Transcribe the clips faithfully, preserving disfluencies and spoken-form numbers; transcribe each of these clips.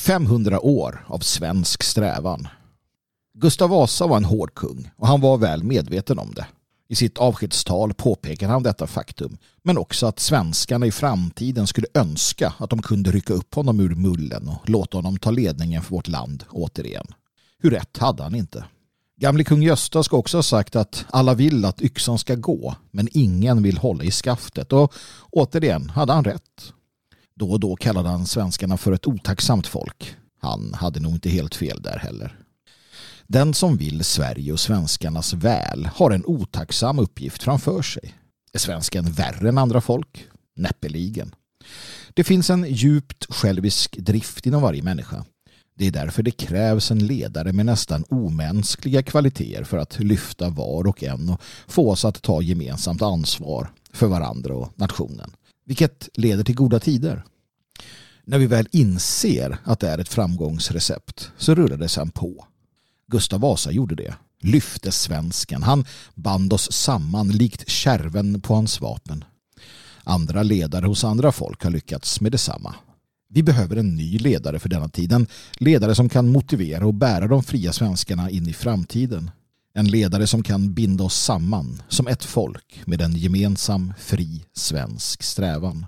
femhundra år av svensk strävan. Gustav Vasa var en hård kung och han var väl medveten om det. I sitt avskedstal påpekar han detta faktum, men också att svenskarna i framtiden skulle önska att de kunde rycka upp honom ur mullen och låta honom ta ledningen för vårt land återigen. Hur rätt hade han inte? Gamle kung Gösta ska också ha sagt att alla vill att yxan ska gå, men ingen vill hålla i skaftet, och återigen hade han rätt. Då och då kallade han svenskarna för ett otacksamt folk. Han hade nog inte helt fel där heller. Den som vill Sverige och svenskarnas väl har en otacksam uppgift framför sig. Är svensken värre än andra folk? Näppeligen. Det finns en djupt självisk drift inom varje människa. Det är därför det krävs en ledare med nästan omänskliga kvaliteter för att lyfta var och en och få oss att ta gemensamt ansvar för varandra och nationen. Vilket leder till goda tider. När vi väl inser att det är ett framgångsrecept så rullar det sedan på. Gustav Vasa gjorde det. Lyfte svensken. Han band oss samman likt kärven på hans vapen. Andra ledare hos andra folk har lyckats med detsamma. Vi behöver en ny ledare för denna tiden. Ledare som kan motivera och bära de fria svenskarna in i framtiden. En ledare som kan binda oss samman som ett folk med en gemensam fri svensk strävan.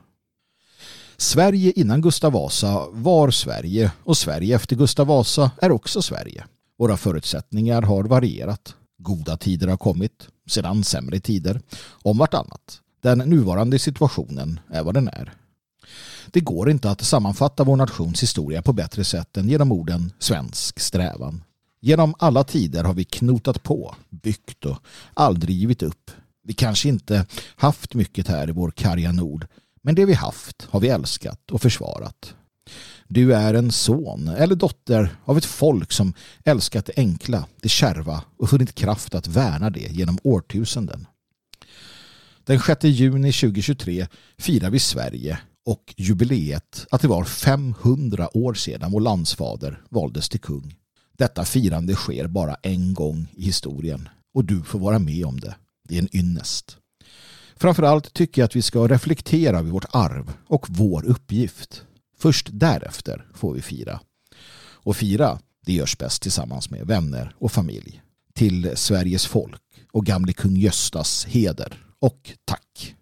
Sverige innan Gustav Vasa var Sverige, och Sverige efter Gustav Vasa är också Sverige. Våra förutsättningar har varierat. Goda tider har kommit, sedan sämre tider, om vartannat. Den nuvarande situationen är vad den är. Det går inte att sammanfatta vår nations historia på bättre sätt än genom orden svensk strävan. Genom alla tider har vi knotat på, byggt och aldrig givit upp. Vi kanske inte haft mycket här i vår karga nord, men det vi haft har vi älskat och försvarat. Du är en son eller dotter av ett folk som älskat det enkla, det kärva och funnit kraft att värna det genom årtusenden. Den sjätte juni tjugohundratjugotre firar vi Sverige och jubileet att det var femhundra år sedan vår landsfader valdes till kung. Detta firande sker bara en gång i historien och du får vara med om det. Det är en ynnest. Framförallt tycker jag att vi ska reflektera över vårt arv och vår uppgift. Först därefter får vi fira. Och fira, det görs bäst tillsammans med vänner och familj. Till Sveriges folk och gamle kung Göstas heder och tack.